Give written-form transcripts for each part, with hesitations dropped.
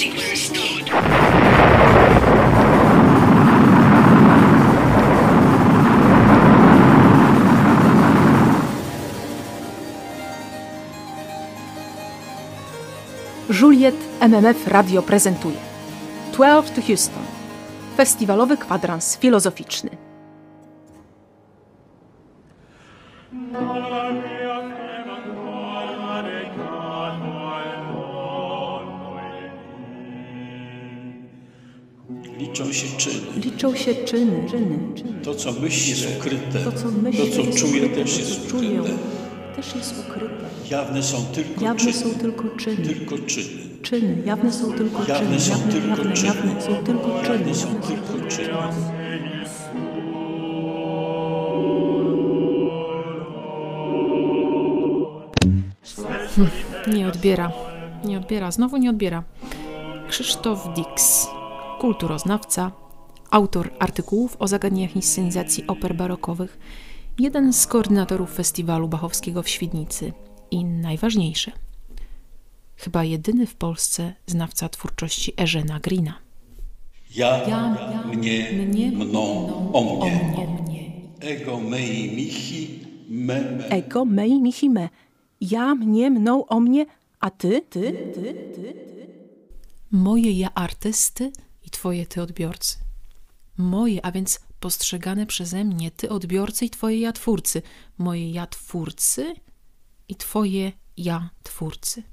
Juliet MMF Radio prezentuje 12 to Houston. Festiwalowy kwadrans filozoficzny. Liczą się czyny. Liczą się czyny. To, co myśli, jest ukryte. To, co myśli, to, co czuje, też jest czują, ukryte. też jest ukryte. Jawne są tylko Jawne czyny. są tylko czyny. Tylko czyny. Czyny. Jawne są tylko czyny. Jawne są tylko czyny. Jawne są tylko czyny. Jawne są tylko czyny. Nie odbiera. Znowu nie odbiera. Krzysztof Dix, kulturoznawca, autor artykułów o zagadnieniach inscenizacji oper barokowych, jeden z koordynatorów festiwalu bachowskiego w Świdnicy i najważniejsze, chyba jedyny w Polsce znawca twórczości Eugène'a Greena. Mnie, mną, o mnie. Ego mei mihi, me. Ego mei mihi me. Ja, mnie, mną, o mnie, a ty. Moje ja artysty i twoje ty odbiorcy. Moje, a więc postrzegane przeze mnie ty odbiorcy i twoje ja twórcy. Moje ja twórcy i twoje ja twórcy.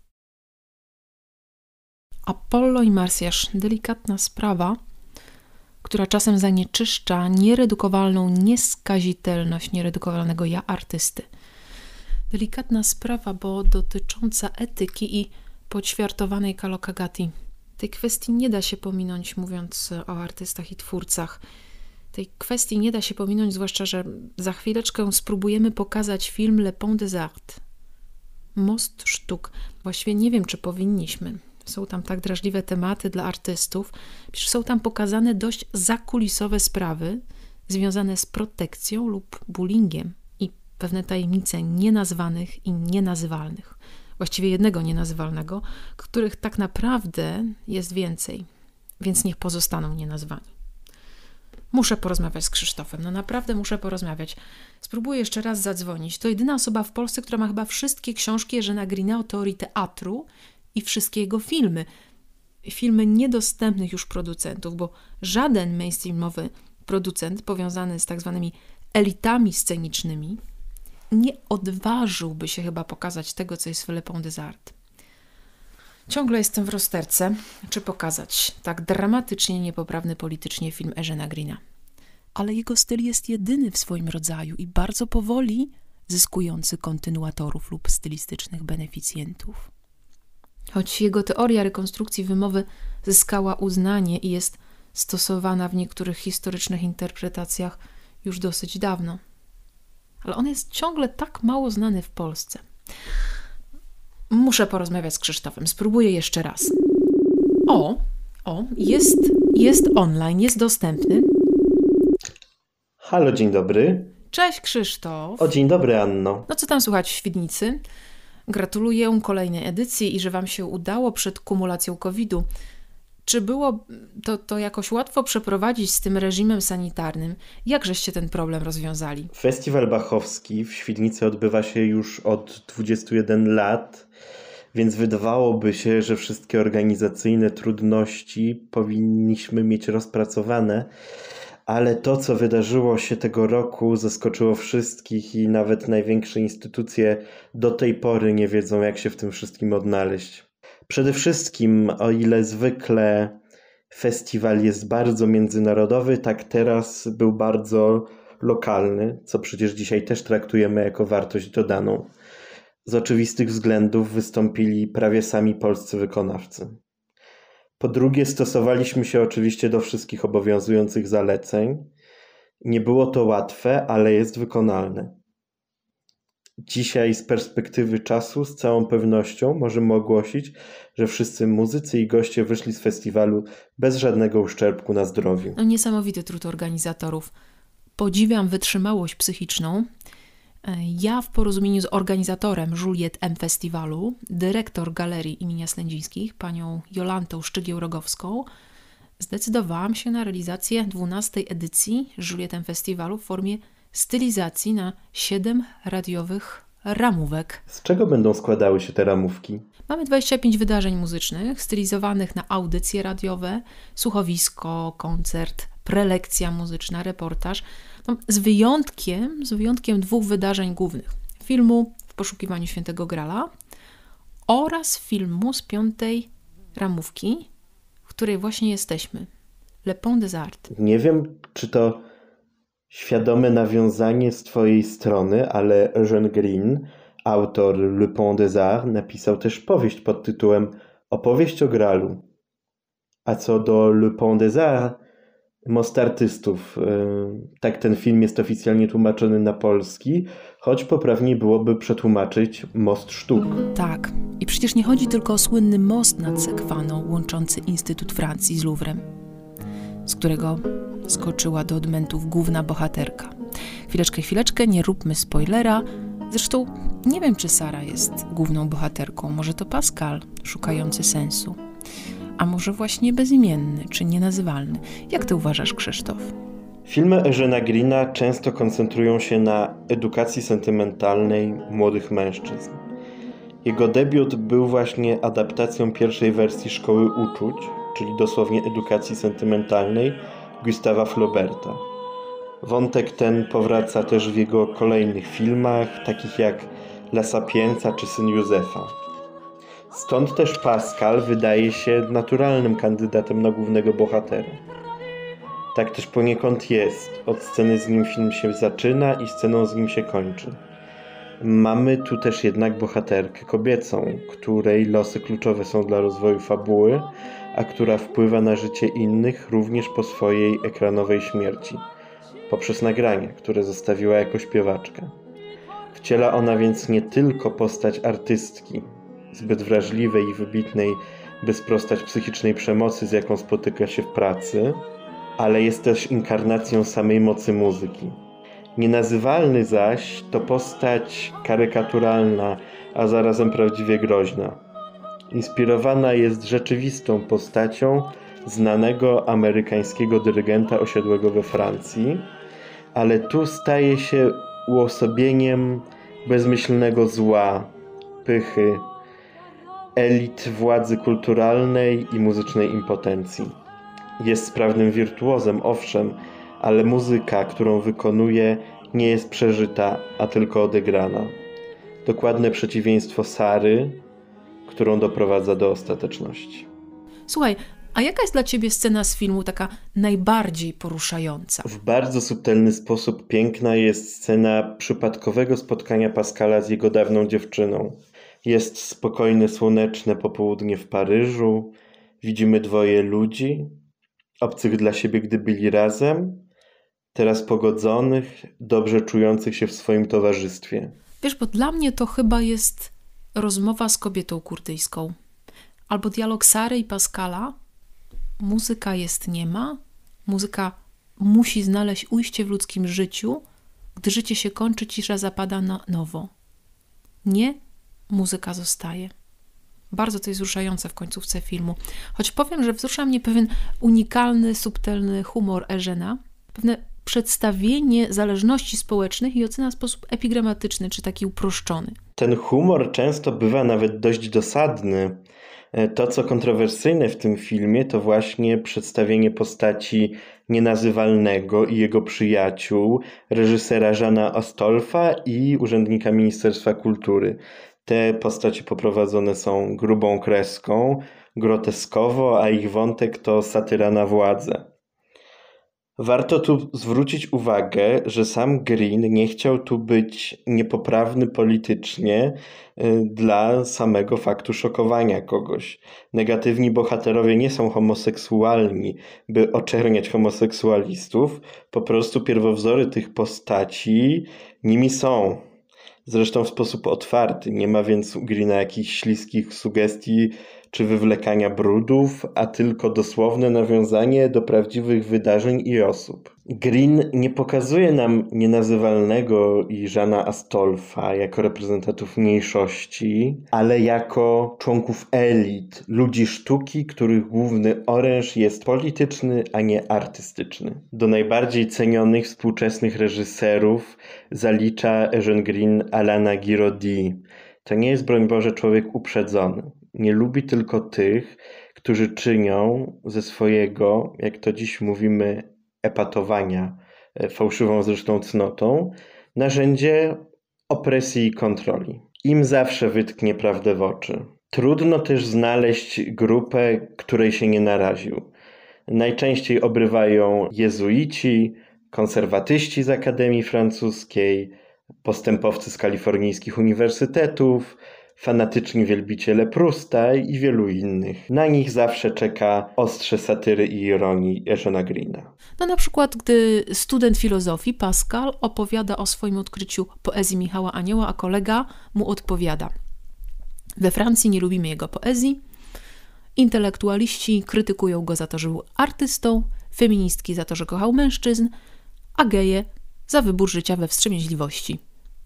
Apollo i Marsjasz, delikatna sprawa, która czasem zanieczyszcza nieredukowalną nieskazitelność nieredukowalnego ja artysty. Delikatna sprawa, bo dotycząca etyki i poćwiartowanej kalokagaty. Tej kwestii nie da się pominąć, mówiąc o artystach i twórcach. Tej kwestii nie da się pominąć, zwłaszcza, że za chwileczkę spróbujemy pokazać film Le Pont des Arts. Most sztuk. Właściwie nie wiem, czy powinniśmy. Są tam tak drażliwe tematy dla artystów. Przecież są tam pokazane dość zakulisowe sprawy związane z protekcją lub bullyingiem i pewne tajemnice nienazwanych i nienazywalnych. Właściwie jednego nienazywalnego, których tak naprawdę jest więcej, więc niech pozostaną nienazwani. Muszę porozmawiać z Krzysztofem, naprawdę muszę porozmawiać. Spróbuję jeszcze raz zadzwonić. To jedyna osoba w Polsce, która ma chyba wszystkie książki Eugène'a Greena o teorii teatru i wszystkie jego filmy. Filmy niedostępnych już producentów, bo żaden mainstreamowy producent powiązany z tak zwanymi elitami scenicznymi nie odważyłby się chyba pokazać tego, co jest w Le Pont des Arts. Ciągle jestem w rozterce, czy pokazać tak dramatycznie niepoprawny politycznie film Eugène'a Greena. Ale jego styl jest jedyny w swoim rodzaju i bardzo powoli zyskujący kontynuatorów lub stylistycznych beneficjentów. Choć jego teoria rekonstrukcji wymowy zyskała uznanie i jest stosowana w niektórych historycznych interpretacjach już dosyć dawno. Ale on jest ciągle tak mało znany w Polsce. Muszę porozmawiać z Krzysztofem. Spróbuję jeszcze raz. Jest online, jest dostępny. Halo, dzień dobry. Cześć Krzysztof. O, dzień dobry, Anno. No co tam słychać w Świdnicy? Gratuluję kolejnej edycji i że wam się udało przed kumulacją COVID-u. Czy było to jakoś łatwo przeprowadzić z tym reżimem sanitarnym? Jak żeście ten problem rozwiązali? Festiwal bachowski w Świdnicy odbywa się już od 21 lat, więc wydawałoby się, że wszystkie organizacyjne trudności powinniśmy mieć rozpracowane, ale to, co wydarzyło się tego roku, zaskoczyło wszystkich i nawet największe instytucje do tej pory nie wiedzą, jak się w tym wszystkim odnaleźć. Przede wszystkim, o ile zwykle festiwal jest bardzo międzynarodowy, tak teraz był bardzo lokalny, co przecież dzisiaj też traktujemy jako wartość dodaną. Z oczywistych względów wystąpili prawie sami polscy wykonawcy. Po drugie, stosowaliśmy się oczywiście do wszystkich obowiązujących zaleceń. Nie było to łatwe, ale jest wykonalne. Dzisiaj z perspektywy czasu z całą pewnością możemy ogłosić, że wszyscy muzycy i goście wyszli z festiwalu bez żadnego uszczerbku na zdrowiu. No niesamowity trud organizatorów. Podziwiam wytrzymałość psychiczną, Ja w porozumieniu z organizatorem Juliet M. Festiwalu, dyrektor Galerii imienia Slędzińskich, panią Jolantą Szczygieł-Rogowską, zdecydowałam się na realizację 12. edycji Juliet M. Festiwalu w formie stylizacji na 7 radiowych ramówek. Z czego będą składały się te ramówki? Mamy 25 wydarzeń muzycznych stylizowanych na audycje radiowe, słuchowisko, koncert, prelekcja muzyczna, reportaż. No, z wyjątkiem 2 wydarzeń głównych. Filmu W poszukiwaniu Świętego Grala oraz filmu z 5. ramówki, w której właśnie jesteśmy. Le Pont des Arts. Nie wiem, czy to świadome nawiązanie z twojej strony, ale Eugène Green, autor Le Pont des Arts, napisał też powieść pod tytułem Opowieść o Gralu. A co do Le Pont des Arts, Most Artystów. Tak ten film jest oficjalnie tłumaczony na polski, choć poprawniej byłoby przetłumaczyć Most Sztuk. Tak. I przecież nie chodzi tylko o słynny most nad Sekwaną łączący Instytut Francji z Louvrem, z którego skoczyła do odmętów główna bohaterka. Chwileczkę, nie róbmy spoilera. Zresztą nie wiem, czy Sara jest główną bohaterką. Może to Pascal, szukający sensu. A może właśnie bezimienny, czy nienazywalny. Jak ty uważasz, Krzysztof? Filmy Eugène'a Greena często koncentrują się na edukacji sentymentalnej młodych mężczyzn. Jego debiut był właśnie adaptacją pierwszej wersji Szkoły Uczuć, czyli dosłownie edukacji sentymentalnej Gustawa Flauberta. Wątek ten powraca też w jego kolejnych filmach, takich jak La Sapienza czy Syn Józefa. Stąd też Pascal wydaje się naturalnym kandydatem na głównego bohatera. Tak też poniekąd jest. Od sceny z nim film się zaczyna i sceną z nim się kończy. Mamy tu też jednak bohaterkę kobiecą, której losy kluczowe są dla rozwoju fabuły, a która wpływa na życie innych również po swojej ekranowej śmierci, poprzez nagrania, które zostawiła jako śpiewaczka. Wciela ona więc nie tylko postać artystki, zbyt wrażliwej i wybitnej, by sprostać psychicznej przemocy, z jaką spotyka się w pracy, ale jest też inkarnacją samej mocy muzyki. Nienazywalny zaś to postać karykaturalna, a zarazem prawdziwie groźna. Inspirowana jest rzeczywistą postacią znanego amerykańskiego dyrygenta osiadłego we Francji, ale tu staje się uosobieniem bezmyślnego zła, pychy, elit władzy kulturalnej i muzycznej impotencji. Jest sprawnym wirtuozem, owszem, ale muzyka, którą wykonuje, nie jest przeżyta, a tylko odegrana. Dokładne przeciwieństwo Sary, którą doprowadza do ostateczności. Słuchaj, a jaka jest dla ciebie scena z filmu taka najbardziej poruszająca? W bardzo subtelny sposób piękna jest scena przypadkowego spotkania Pascala z jego dawną dziewczyną. Jest spokojne, słoneczne popołudnie w Paryżu. Widzimy 2 ludzi, obcych dla siebie, gdy byli razem, teraz pogodzonych, dobrze czujących się w swoim towarzystwie. Wiesz, bo dla mnie to chyba jest rozmowa z kobietą kurdyjską. Albo dialog Sary i Pascala. Muzyka jest niema. Muzyka musi znaleźć ujście w ludzkim życiu. Gdy życie się kończy, cisza zapada na nowo. Nie, muzyka zostaje. Bardzo to jest wzruszające w końcówce filmu. Choć powiem, że wzrusza mnie pewien unikalny, subtelny humor Eugène'a, pewne przedstawienie zależności społecznych i ocena w sposób epigramatyczny, czy taki uproszczony. Ten humor często bywa nawet dość dosadny. To, co kontrowersyjne w tym filmie, to właśnie przedstawienie postaci nienazywalnego i jego przyjaciół, reżysera Jeana Astolfa i urzędnika Ministerstwa Kultury. Te postacie poprowadzone są grubą kreską, groteskowo, a ich wątek to satyra na władzę. Warto tu zwrócić uwagę, że sam Green nie chciał tu być niepoprawny politycznie dla samego faktu szokowania kogoś. Negatywni bohaterowie nie są homoseksualni, by oczerniać homoseksualistów. Po prostu pierwowzory tych postaci nimi są. Zresztą w sposób otwarty. Nie ma więc u Greena jakichś śliskich sugestii czy wywlekania brudów, a tylko dosłowne nawiązanie do prawdziwych wydarzeń i osób. Green nie pokazuje nam Nienazywalnego i Jeana Astolfa jako reprezentantów mniejszości, ale jako członków elit, ludzi sztuki, których główny oręż jest polityczny, a nie artystyczny. Do najbardziej cenionych współczesnych reżyserów zalicza Eugene Green Alana Giraudy. To nie jest, broń Boże, człowiek uprzedzony. Nie lubi tylko tych, którzy czynią ze swojego, jak to dziś mówimy, epatowania, fałszywą zresztą cnotą, narzędzie opresji i kontroli. Im zawsze wytknie prawdę w oczy. Trudno też znaleźć grupę, której się nie naraził. Najczęściej obrywają jezuici, konserwatyści z Akademii Francuskiej, postępowcy z kalifornijskich uniwersytetów, fanatyczni wielbiciele Prousta i wielu innych. Na nich zawsze czeka ostrze satyry i ironii Eugena Greena. No na przykład, gdy student filozofii Pascal opowiada o swoim odkryciu poezji Michała Anioła, a kolega mu odpowiada: we Francji nie lubimy jego poezji, intelektualiści krytykują go za to, że był artystą, feministki za to, że kochał mężczyzn, a geje za wybór życia we wstrzemięźliwości.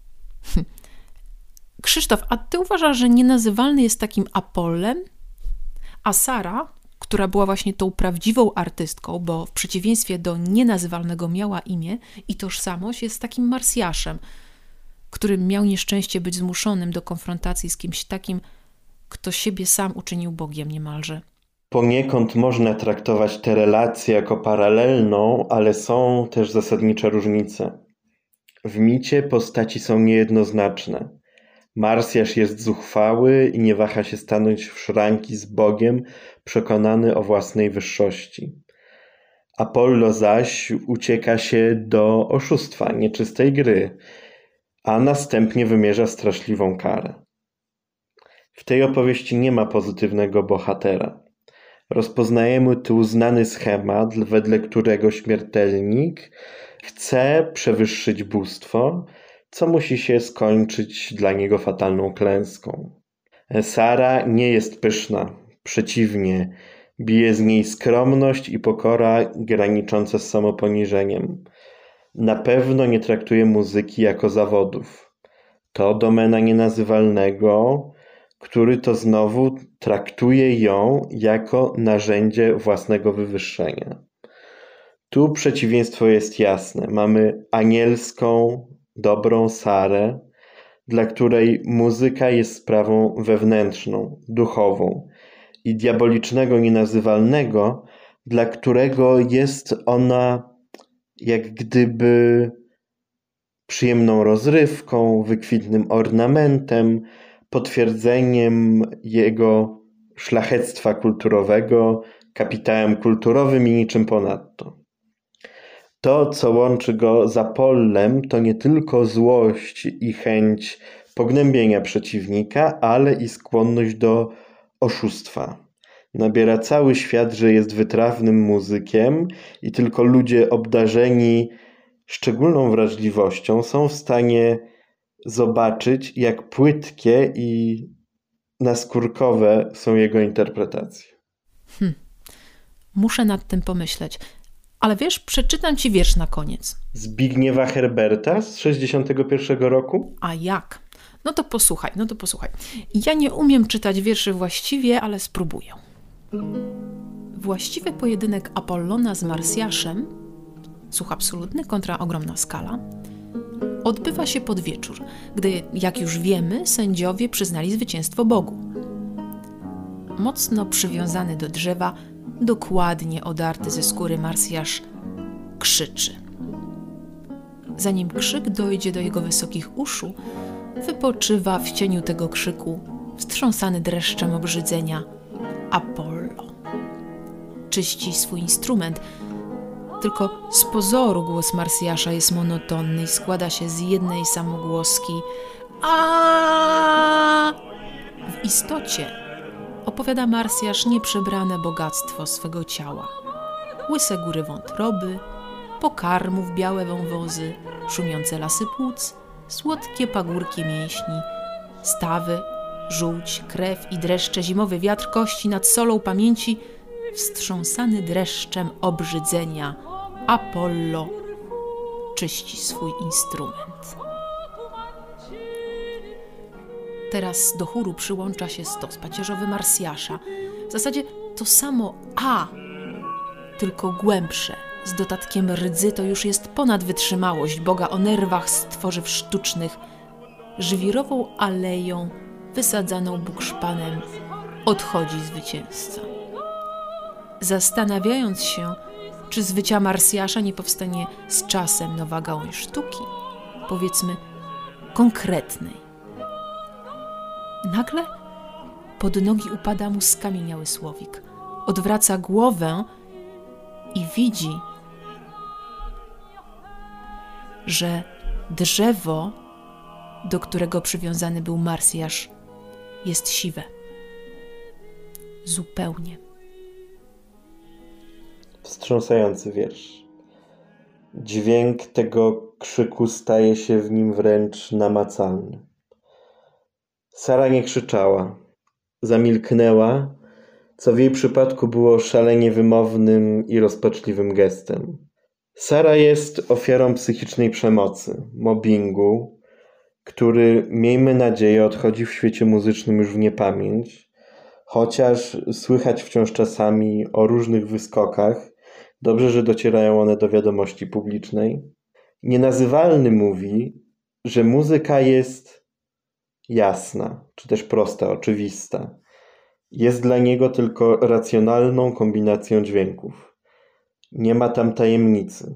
Krzysztof, a ty uważasz, że Nienazywalny jest takim Apollem? A Sara, która była właśnie tą prawdziwą artystką, bo w przeciwieństwie do Nienazywalnego miała imię i tożsamość, jest takim Marsjaszem, który miał nieszczęście być zmuszonym do konfrontacji z kimś takim, kto siebie sam uczynił Bogiem niemalże. Poniekąd można traktować tę relację jako paralelną, ale są też zasadnicze różnice. W micie postaci są niejednoznaczne. Marsjasz jest zuchwały i nie waha się stanąć w szranki z Bogiem, przekonany o własnej wyższości. Apollo zaś ucieka się do oszustwa, nieczystej gry, a następnie wymierza straszliwą karę. W tej opowieści nie ma pozytywnego bohatera. Rozpoznajemy tu znany schemat, wedle którego śmiertelnik chce przewyższyć bóstwo, co musi się skończyć dla niego fatalną klęską. Sara nie jest pyszna, przeciwnie, bije z niej skromność i pokora graniczące z samoponiżeniem. Na pewno nie traktuje muzyki jako zawodów. To domena Nienazywalnego, który to znowu traktuje ją jako narzędzie własnego wywyższenia. Tu przeciwieństwo jest jasne. Mamy anielską, dobrą Sarę, dla której muzyka jest sprawą wewnętrzną, duchową, i diabolicznego Nienazywalnego, dla którego jest ona jak gdyby przyjemną rozrywką, wykwintnym ornamentem, potwierdzeniem jego szlachectwa kulturowego, kapitałem kulturowym i niczym ponadto. To, co łączy go z Apollem, to nie tylko złość i chęć pognębienia przeciwnika, ale i skłonność do oszustwa. Nabiera cały świat, że jest wytrawnym muzykiem i tylko ludzie obdarzeni szczególną wrażliwością są w stanie zobaczyć, jak płytkie i naskórkowe są jego interpretacje. Muszę nad tym pomyśleć. Ale wiesz, przeczytam ci wiersz na koniec. Zbigniewa Herberta z 1961 roku? A jak? No to posłuchaj. Ja nie umiem czytać wierszy właściwie, ale spróbuję. Właściwy pojedynek Apollona z Marsjaszem, słuch absolutny kontra ogromna skala, odbywa się pod wieczór, gdy, jak już wiemy, sędziowie przyznali zwycięstwo Bogu. Mocno przywiązany do drzewa, dokładnie odarty ze skóry Marsjasz krzyczy. Zanim krzyk dojdzie do jego wysokich uszu, wypoczywa w cieniu tego krzyku, wstrząsany dreszczem obrzydzenia, Apollo. Czyści swój instrument, tylko z pozoru głos Marsjasza jest monotonny i składa się z jednej samogłoski a. W istocie opowiada Marsjasz nieprzebrane bogactwo swego ciała. Łyse góry wątroby, pokarmów białe wąwozy, szumiące lasy płuc, słodkie pagórki mięśni, stawy Żółć, krew i dreszcze, zimowy wiatr, kości nad solą pamięci, wstrząsany dreszczem obrzydzenia, Apollo czyści swój instrument. Teraz do chóru przyłącza się stos pacierzowy Marsjasza. W zasadzie to samo A, tylko głębsze, z dodatkiem rdzy. To już jest ponad wytrzymałość Boga o nerwach z tworzyw sztucznych. Żwirową aleją wysadzaną bukszpanem odchodzi zwycięzca. Zastanawiając się, czy z wycia Marsjasza nie powstanie z czasem nowa gałąź sztuki, powiedzmy konkretnej. Nagle pod nogi upada mu skamieniały słowik. Odwraca głowę i widzi, że drzewo, do którego przywiązany był Marsjasz, jest siwe. Zupełnie. Wstrząsający wiersz. Dźwięk tego krzyku staje się w nim wręcz namacalny. Sara nie krzyczała. Zamilknęła, co w jej przypadku było szalenie wymownym i rozpaczliwym gestem. Sara jest ofiarą psychicznej przemocy, mobbingu, który, miejmy nadzieję, odchodzi w świecie muzycznym już w niepamięć, chociaż słychać wciąż czasami o różnych wyskokach. Dobrze, że docierają one do wiadomości publicznej. Nienazywalny mówi, że muzyka jest jasna, czy też prosta, oczywista. Jest dla niego tylko racjonalną kombinacją dźwięków. Nie ma tam tajemnicy.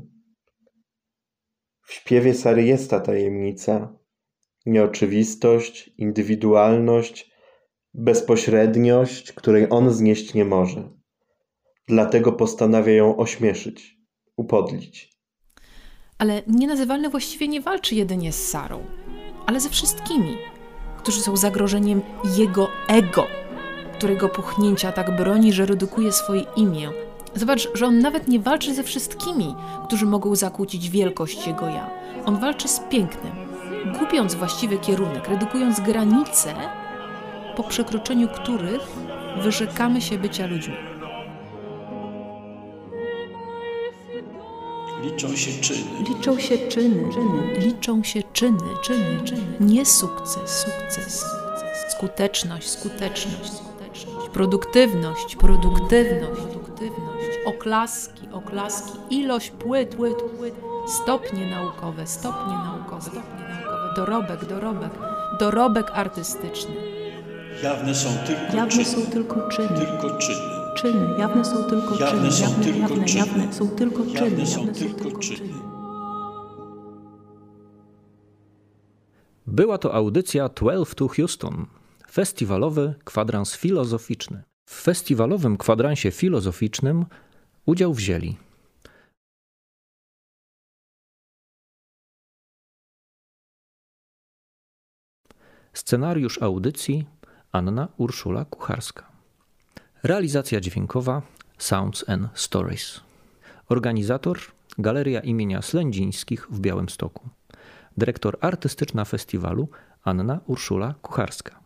W śpiewie Sary jest ta tajemnica, nieoczywistość, indywidualność, bezpośredniość, której on znieść nie może. Dlatego postanawia ją ośmieszyć, upodlić. Ale Nienazywalny właściwie nie walczy jedynie z Sarą, ale ze wszystkimi, którzy są zagrożeniem jego ego, którego puchnięcia tak broni, że redukuje swoje imię. Zobacz, że on nawet nie walczy ze wszystkimi, którzy mogą zakłócić wielkość jego ja. On walczy z pięknem, gubiąc właściwy kierunek, redukując granice, po przekroczeniu których wyrzekamy się bycia ludźmi. Liczą się czyny. Liczą się czyny. Liczą się czyny. Nie sukces. Skuteczność. Produktywność. Oklaski. Ilość płyt. Stopnie naukowe. Dorobek artystyczny. Jawne są tylko czyny. Tylko czyny. Jawne są tylko czyny. Jawne są tylko czyny. Jawne są tylko czyny. Jawne są tylko czyny. Była to audycja 12 to Houston, festiwalowy kwadrans filozoficzny. W festiwalowym kwadransie filozoficznym udział wzięli scenariusz audycji Anna Urszula Kucharska. Realizacja dźwiękowa Sounds and Stories. Organizator Galeria imienia Slędzińskich w Białymstoku. Dyrektor artystyczna festiwalu Anna Urszula Kucharska.